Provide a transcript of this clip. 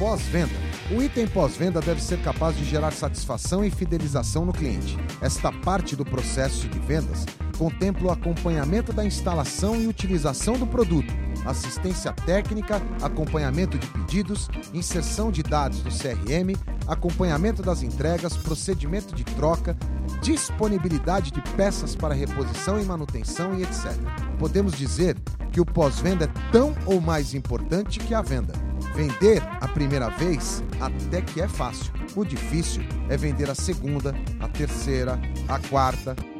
pós-venda. O item pós-venda deve ser capaz de gerar satisfação e fidelização no cliente. Esta parte do processo de vendas contempla o acompanhamento da instalação e utilização do produto, assistência técnica, acompanhamento de pedidos, inserção de dados do CRM, acompanhamento das entregas, procedimento de troca, disponibilidade de peças para reposição e manutenção e etc. Podemos dizer que o pós-venda é tão ou mais importante que a venda. Vender a primeira vez até que é fácil. O difícil é vender a segunda, a terceira, a quarta